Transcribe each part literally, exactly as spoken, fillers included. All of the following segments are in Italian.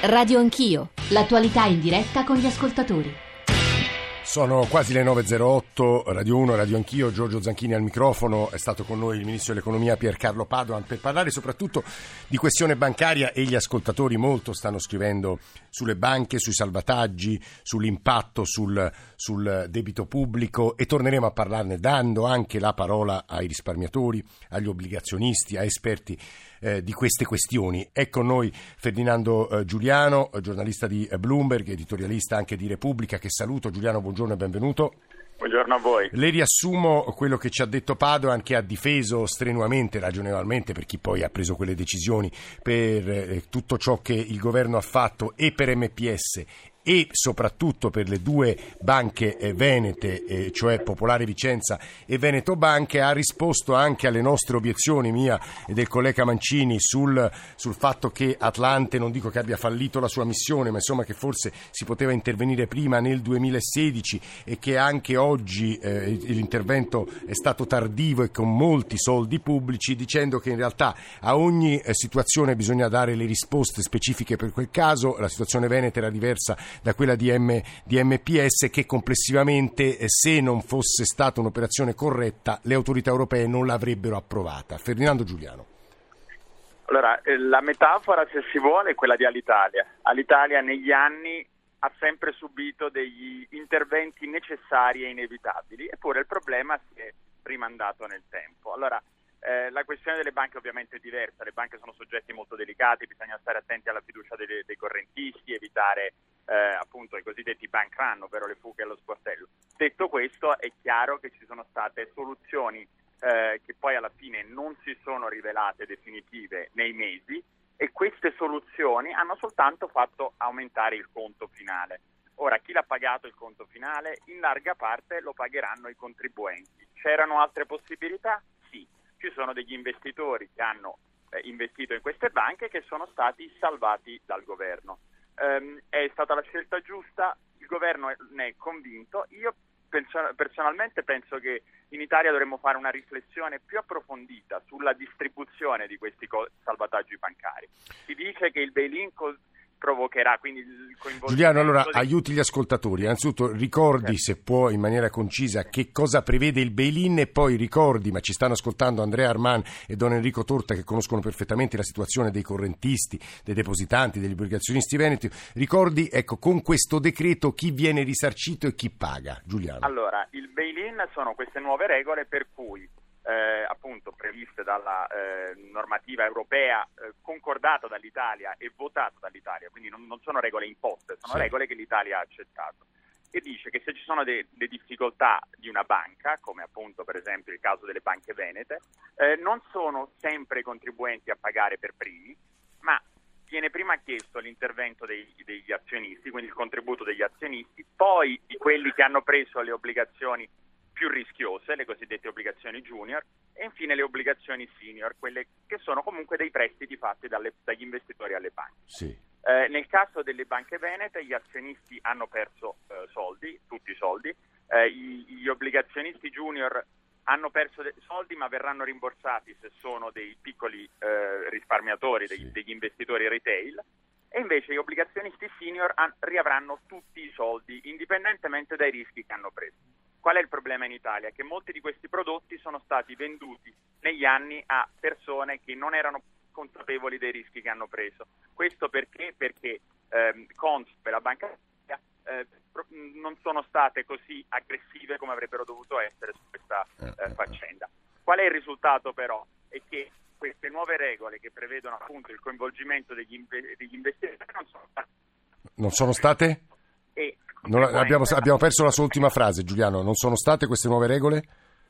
Radio Anch'io, l'attualità in diretta con gli ascoltatori. Sono quasi le nove e zero otto, Radio uno, Radio Anch'io, Giorgio Zanchini al microfono. È stato con noi il Ministro dell'Economia Piercarlo Padoan per parlare soprattutto di questione bancaria, e gli ascoltatori molto stanno scrivendo sulle banche, sui salvataggi, sull'impatto sul, sul debito pubblico, e torneremo a parlarne dando anche la parola ai risparmiatori, agli obbligazionisti, a esperti eh, di queste questioni. È con noi Ferdinando eh, Giuliano, giornalista di eh, Bloomberg, editorialista anche di Repubblica, che saluto. Giuliano, buongiorno e benvenuto. Buongiorno a voi. Le riassumo quello che ci ha detto Padoan, che ha difeso strenuamente, ragionevolmente, per chi poi ha preso quelle decisioni, per eh, tutto ciò che il governo ha fatto e per M P S e soprattutto per le due banche eh, venete, eh, cioè Popolare Vicenza e Veneto Banche. Ha risposto anche alle nostre obiezioni, mia e del collega Mancini, sul, sul fatto che Atlante, non dico che abbia fallito la sua missione, ma insomma che forse si poteva intervenire prima, nel duemilasedici, e che anche oggi eh, l'intervento è stato tardivo e con molti soldi pubblici, dicendo che in realtà a ogni eh, situazione bisogna dare le risposte specifiche per quel caso. La situazione veneta era diversa da quella di, M, di M P S, che complessivamente, eh, se non fosse stata un'operazione corretta, le autorità europee non l'avrebbero approvata. Ferdinando Giuliano. Allora, eh, la metafora, se si vuole, è quella di Alitalia. Alitalia negli anni ha sempre subito degli interventi necessari e inevitabili, eppure il problema si è rimandato nel tempo. Allora, Eh, la questione delle banche ovviamente è diversa. Le banche sono soggetti molto delicati, bisogna stare attenti alla fiducia dei, dei correntisti, evitare eh, appunto i cosiddetti bank run, ovvero le fughe allo sportello. Detto questo, è chiaro che ci sono state soluzioni eh, che poi alla fine non si sono rivelate definitive nei mesi, e queste soluzioni hanno soltanto fatto aumentare il conto finale. Ora, chi l'ha pagato il conto finale? In larga parte lo pagheranno i contribuenti. C'erano altre possibilità? Sì. Ci sono degli investitori che hanno eh, investito in queste banche, che sono stati salvati dal governo. Um, è stata la scelta giusta, il governo è, ne è convinto. Io penso, personalmente penso che in Italia dovremmo fare una riflessione più approfondita sulla distribuzione di questi co- salvataggi bancari. Si dice che il bail-in co- provocherà quindi il coinvolgimento. Giuliano, allora di... aiuti gli ascoltatori. Innanzitutto ricordi, se può, in maniera concisa, che cosa prevede il bail-in, e poi ricordi, ma ci stanno ascoltando Andrea Arman e Don Enrico Torta, che conoscono perfettamente la situazione dei correntisti, dei depositanti, degli obbligazionisti veneti. Ricordi, ecco, con questo decreto chi viene risarcito e chi paga. Giuliano. Allora, il bail-in sono queste nuove regole per cui Eh, appunto previste dalla eh, normativa europea, eh, concordata dall'Italia e votata dall'Italia, quindi non, non sono regole imposte, sono sì. regole che l'Italia ha accettato, e dice che se ci sono delle de difficoltà di una banca, come appunto per esempio il caso delle banche venete, eh, non sono sempre i contribuenti a pagare per primi, ma viene prima chiesto l'intervento dei, degli azionisti, quindi il contributo degli azionisti, poi di quelli che hanno preso le obbligazioni più rischiose, le cosiddette obbligazioni junior, e infine le obbligazioni senior, quelle che sono comunque dei prestiti fatti dalle, dagli investitori alle banche. Sì. Eh, nel caso delle banche venete gli azionisti hanno perso eh, soldi, tutti i soldi, eh, gli, gli obbligazionisti junior hanno perso de- soldi, ma verranno rimborsati se sono dei piccoli eh, risparmiatori, degli, sì. degli investitori retail, e invece gli obbligazionisti senior han- riavranno tutti i soldi, indipendentemente dai rischi che hanno preso. Qual è il problema in Italia? Che molti di questi prodotti sono stati venduti negli anni a persone che non erano consapevoli dei rischi che hanno preso. Questo perché? Perché ehm, Consip e la Banca eh, non sono state così aggressive come avrebbero dovuto essere su questa eh, faccenda. Qual è il risultato però? È che queste nuove regole, che prevedono appunto il coinvolgimento degli, inve- degli investitori, non sono state... Non sono state? E Non, abbiamo, abbiamo perso la sua ultima frase, Giuliano. Non sono state queste nuove regole?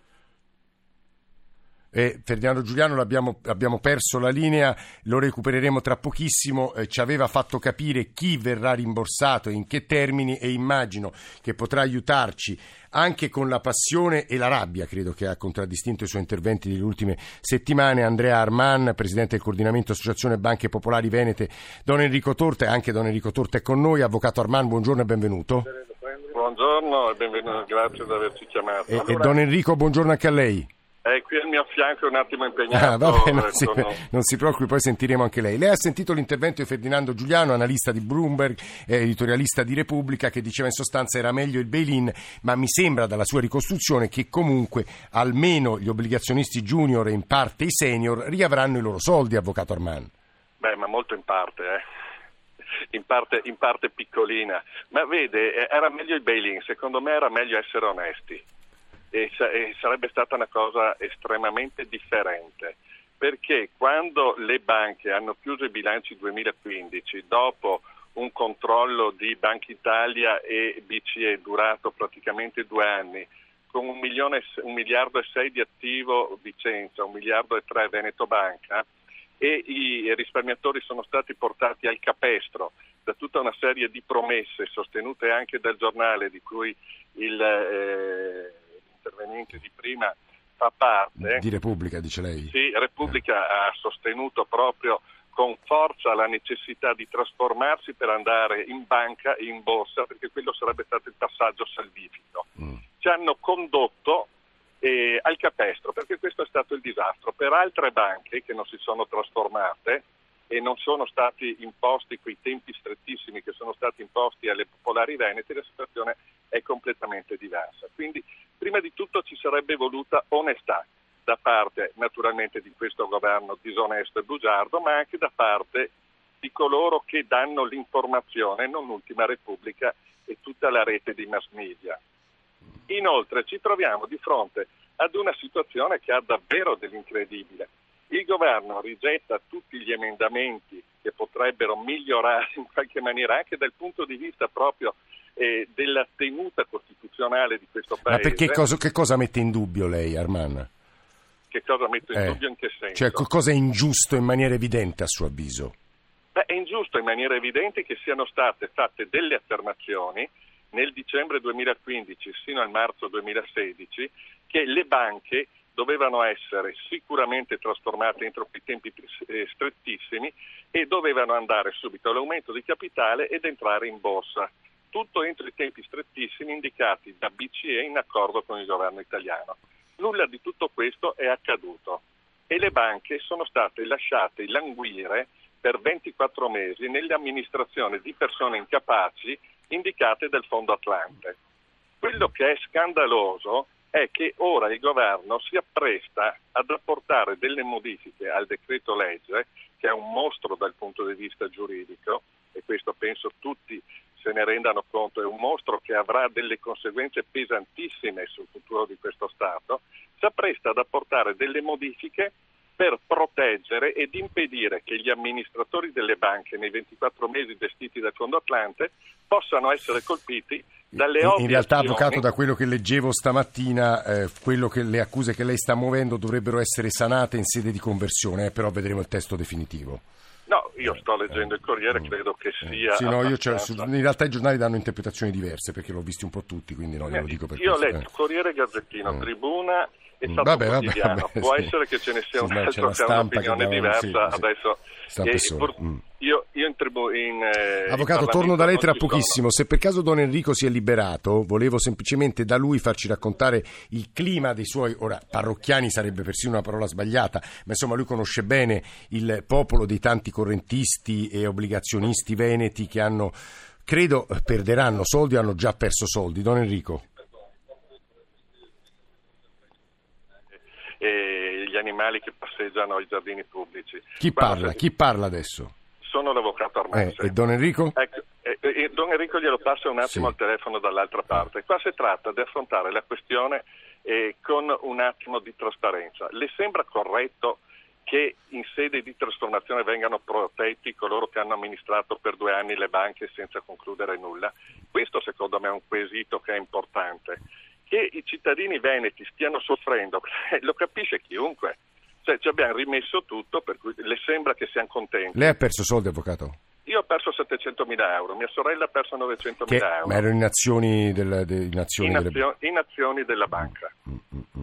E Ferdinando Giuliano l'abbiamo, abbiamo perso la linea, lo recupereremo tra pochissimo. Eh, ci aveva fatto capire chi verrà rimborsato e in che termini, e immagino che potrà aiutarci anche con la passione e la rabbia, credo che ha contraddistinto i suoi interventi delle ultime settimane, Andrea Arman, presidente del coordinamento Associazione Banche Popolari Venete. Don Enrico Torta, e anche Don Enrico Torta è con noi. Avvocato Arman, buongiorno e benvenuto. Buongiorno e benvenuto, grazie di averci chiamato. E, allora... e Don Enrico, buongiorno anche a lei. È qui al mio fianco, un attimo impegnato. Ah, vabbè, non, si, con... non si preoccupi, poi sentiremo anche lei. Lei ha sentito l'intervento di Ferdinando Giuliano, analista di Bloomberg, eh, editorialista di Repubblica, che diceva in sostanza era meglio il bail-in, ma mi sembra dalla sua ricostruzione che comunque almeno gli obbligazionisti junior e in parte i senior riavranno i loro soldi, avvocato Arman. Beh, ma molto in parte, eh. In parte, in parte piccolina. Ma vede, era meglio il bail-in, secondo me era meglio essere onesti. E sarebbe stata una cosa estremamente differente, perché quando le banche hanno chiuso i bilanci duemilaquindici dopo un controllo di Banca Italia e B C E durato praticamente due anni, con un, milione, un miliardo e sei di attivo Vicenza, un miliardo e tre Veneto Banca, e i risparmiatori sono stati portati al capestro da tutta una serie di promesse sostenute anche dal giornale di cui il eh, interveniente di prima fa parte. Di Repubblica, dice lei? Sì, Repubblica eh. ha sostenuto proprio con forza la necessità di trasformarsi per andare in banca e in borsa, perché quello sarebbe stato il passaggio salvifico. Mm. Ci hanno condotto eh, al capestro, perché questo è stato il disastro. Per altre banche che non si sono trasformate e non sono stati imposti quei tempi strettissimi che sono stati imposti alle popolari venete, la situazione è completamente diversa. Quindi prima di tutto ci sarebbe voluta onestà da parte naturalmente di questo governo disonesto e bugiardo, ma anche da parte di coloro che danno l'informazione, non ultima Repubblica e tutta la rete di mass media. Inoltre ci troviamo di fronte ad una situazione che ha davvero dell'incredibile. Il governo rigetta tutti gli emendamenti che potrebbero migliorare in qualche maniera anche dal punto di vista proprio eh, della tenuta costituzionale di questo Paese. Ma perché cosa, che cosa mette in dubbio lei, Arman? Che cosa metto in eh, dubbio, in che senso? Cioè, cosa è ingiusto in maniera evidente a suo avviso? Beh, è ingiusto in maniera evidente che siano state fatte delle affermazioni nel dicembre duemilaquindici sino al marzo duemilasedici che le banche dovevano essere sicuramente trasformate entro quei tempi eh, strettissimi e dovevano andare subito all'aumento di capitale ed entrare in borsa. Tutto entro i tempi strettissimi indicati da B C E in accordo con il governo italiano. Nulla di tutto questo è accaduto e le banche sono state lasciate languire per ventiquattro mesi nell'amministrazione di persone incapaci indicate dal Fondo Atlante. Quello che è scandaloso è che ora il governo si appresta ad apportare delle modifiche al decreto legge, che è un mostro dal punto di vista giuridico, e questo penso tutti se ne rendano conto, è un mostro che avrà delle conseguenze pesantissime sul futuro di questo Stato, si appresta ad apportare delle modifiche per proteggere ed impedire che gli amministratori delle banche nei ventiquattro mesi gestiti dal Fondo Atlante possano essere colpiti dalle in, ovvie in realtà, azioni. Avvocato, da quello che leggevo stamattina, eh, quello che le accuse che lei sta muovendo dovrebbero essere sanate in sede di conversione, eh, però vedremo il testo definitivo. No, io sto leggendo il Corriere, credo che sia... Sì, no, io su, in realtà i giornali danno interpretazioni diverse, perché l'ho visti un po' tutti, quindi no, io lo dico per Io ho questo. letto Corriere, Gazzettino, mm. Tribuna e mm. Fatto vabbè, Quotidiano. vabbè, Può sì. essere che ce ne sia sì, un no, altro che ha un'opinione diversa, sì, sì. adesso... E, pur, mm. Io, io in, tribu, in eh, Avvocato, in torno da lei tra non ci pochissimo. sono. Se per caso Don Enrico si è liberato, volevo semplicemente da lui farci raccontare il clima dei suoi, ora parrocchiani sarebbe persino una parola sbagliata, ma insomma lui conosce bene il popolo dei tanti correntisti e obbligazionisti veneti che hanno, credo, perderanno soldi o hanno già perso soldi. Don Enrico. E gli animali che passeggiano ai giardini pubblici. Chi Quando parla? se... Chi parla adesso? Sono l'avvocato Armani. Eh, e Don Enrico? Ecco, eh, eh, Don Enrico glielo passo un attimo sì. al telefono dall'altra parte. Qua si tratta di affrontare la questione eh, con un attimo di trasparenza. Le sembra corretto che in sede di trasformazione vengano protetti coloro che hanno amministrato per due anni le banche senza concludere nulla? Questo secondo me è un quesito che è importante. Che i cittadini veneti stiano soffrendo, lo capisce chiunque. Cioè, ci abbiamo rimesso tutto, per cui le sembra che siamo contenti. Lei ha perso soldi, avvocato? Io ho perso settecentomila euro, mia sorella ha perso novecentomila euro. Ma erano in azioni, del, de, in azioni, in, delle... azio, in azioni della banca. Mm, mm, mm.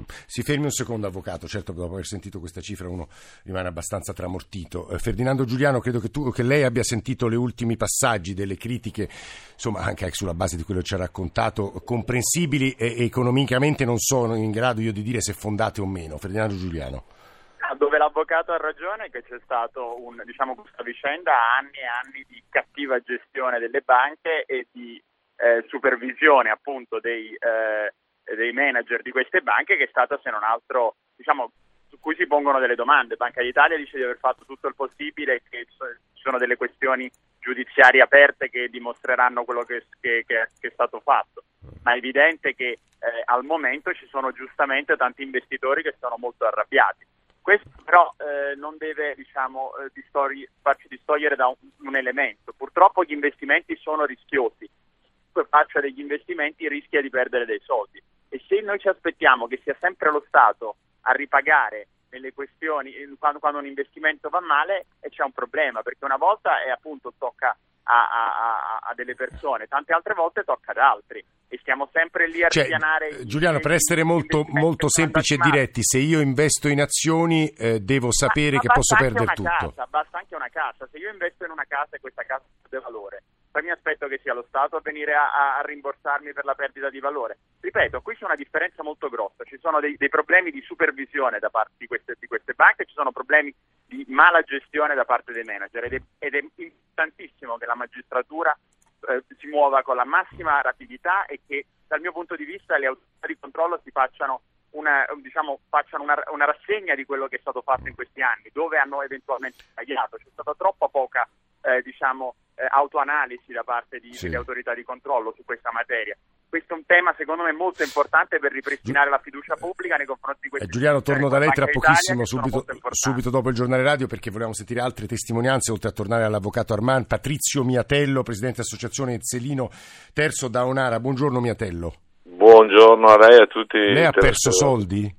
Si fermi un secondo, avvocato. Certo, dopo aver sentito questa cifra uno rimane abbastanza tramortito. Eh, Ferdinando Giuliano, credo che tu, che lei abbia sentito le ultimi passaggi delle critiche, insomma anche sulla base di quello che ci ha raccontato, comprensibili e economicamente non sono in grado io di dire se fondate o meno. Ferdinando Giuliano. Dove l'avvocato ha ragione è che c'è stato un, diciamo, questa vicenda a anni e anni di cattiva gestione delle banche e di eh, supervisione appunto dei, eh, dei manager di queste banche, che è stata se non altro, diciamo, su cui si pongono delle domande. Banca d'Italia dice di aver fatto tutto il possibile e che ci sono delle questioni giudiziarie aperte che dimostreranno quello che, che, che è stato fatto, ma è evidente che eh, al momento ci sono giustamente tanti investitori che sono molto arrabbiati. Questo però eh, non deve, diciamo, eh, distori- farci distogliere da un, un elemento. Purtroppo gli investimenti sono rischiosi. Chiunque faccia degli investimenti rischia di perdere dei soldi. E se noi ci aspettiamo che sia sempre lo Stato a ripagare nelle questioni, quando, quando un investimento va male, e c'è un problema, perché una volta è appunto tocca a, a, a delle persone, tante altre volte tocca ad altri. E stiamo sempre lì a cioè, ripianare. Giuliano, per essere molto, molto semplici e diretti, se io investo in azioni eh, devo sapere ma, ma che posso perdere tutto. Casa, basta anche una casa. Se io investo in una casa e questa casa perde valore, poi mi aspetto che sia lo Stato a venire a, a rimborsarmi per la perdita di valore. Ripeto, qui c'è una differenza molto grossa. Ci sono dei, dei problemi di supervisione da parte di queste, di queste banche, ci sono problemi di mala gestione da parte dei manager ed è, ed è importantissimo che la magistratura Eh, si muova con la massima rapidità e che dal mio punto di vista le autorità di controllo si facciano una, diciamo, facciano una, una rassegna di quello che è stato fatto in questi anni, dove hanno eventualmente sbagliato. C'è stata troppa poca eh, diciamo eh, autoanalisi da parte di, sì. delle autorità di controllo su questa materia. Questo è un tema secondo me molto importante per ripristinare Gi- la fiducia pubblica nei confronti di questi. Eh, Giuliano, torno da lei tra pochissimo, subito, subito dopo il giornale radio, perché volevamo sentire altre testimonianze, oltre a tornare all'avvocato Armand. Patrizio Miatello, presidente dell'associazione Ezzelino Terzo da Onara. Buongiorno Miatello. Buongiorno a lei e a tutti. Lei ha perso soldi?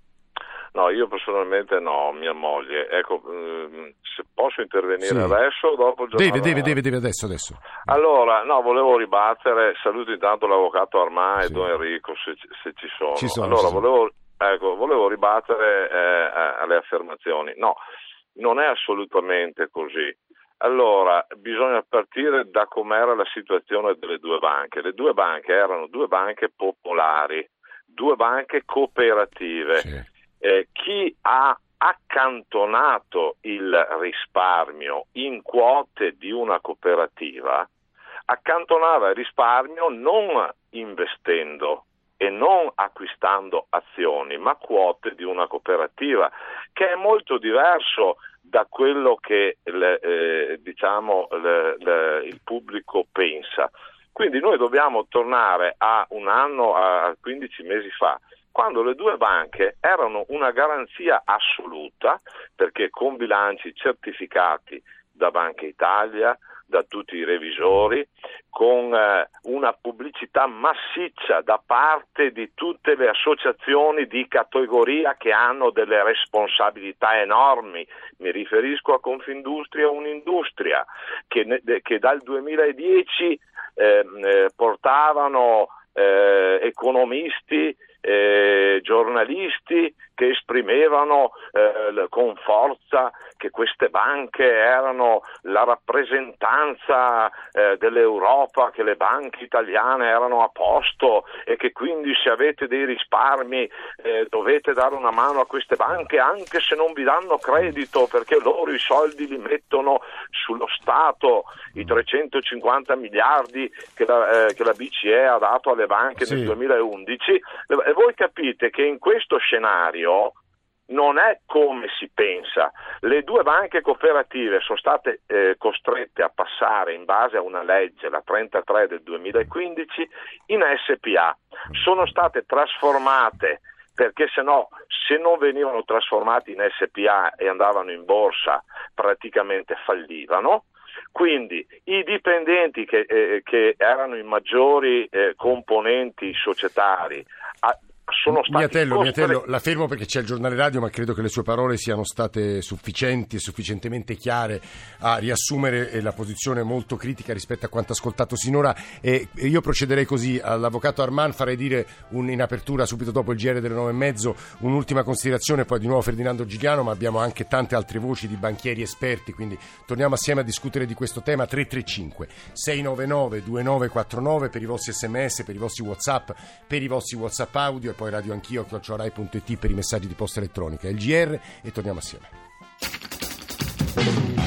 No, io personalmente no, mia moglie. Ecco, ehm, se posso intervenire sì. adesso o dopo il giornale? Deve, deve, deve, deve adesso, adesso. Allora, no, volevo ribattere, saluto intanto l'avvocato Armand sì. e Don Enrico se, se ci sono. Ci sono allora, ci volevo, ecco, volevo ribattere eh, alle affermazioni. No, non è assolutamente così. Allora, bisogna partire da com'era la situazione delle due banche. Le due banche erano due banche popolari, due banche cooperative. Sì. Eh, chi ha accantonato il risparmio in quote di una cooperativa accantonava il risparmio non investendo e non acquistando azioni, ma quote di una cooperativa, che è molto diverso da quello che le, eh, diciamo le, le, il pubblico pensa. Quindi noi dobbiamo tornare a un anno, a quindici mesi fa, quando le due banche erano una garanzia assoluta, perché con bilanci certificati da Banca Italia, da tutti i revisori, con eh, una pubblicità massiccia da parte di tutte le associazioni di categoria che hanno delle responsabilità enormi. Mi riferisco a Confindustria, un'industria che, ne, che dal duemiladieci eh, eh, portavano eh, economisti, Eh, giornalisti che esprimevano eh, con forza che queste banche erano la rappresentanza eh, dell'Europa, che le banche italiane erano a posto e che quindi se avete dei risparmi eh, dovete dare una mano a queste banche anche se non vi danno credito, perché loro i soldi li mettono sullo Stato, i trecentocinquanta miliardi che la, eh, che la B C E ha dato alle banche sì. nel duemilaundici. E voi capite che in questo scenario non è come si pensa. Le due banche cooperative sono state eh, costrette a passare in base a una legge, la trentatré del duemilaquindici, in S P A. Sono state trasformate perché se no, se non venivano trasformati in S P A e andavano in borsa, praticamente fallivano. Quindi i dipendenti che, eh, che erano i maggiori eh, componenti societari a, sono stati Miatello, costretti... Miatello, la fermo perché c'è il giornale radio, ma credo che le sue parole siano state sufficienti e sufficientemente chiare a riassumere la posizione molto critica rispetto a quanto ascoltato sinora. E io procederei così: all'avvocato Arman farei dire un, in apertura, subito dopo il G R delle nove e mezzo, un'ultima considerazione, poi di nuovo Ferdinando Giuliano, ma abbiamo anche tante altre voci di banchieri esperti, quindi torniamo assieme a discutere di questo tema. Tre tre cinque sei nove nove due nove quattro nove per i vostri sms, per i vostri WhatsApp, per i vostri WhatsApp audio, e poi radio anch'io chiocciola rai punto it per i messaggi di posta elettronica. Il G R e torniamo assieme.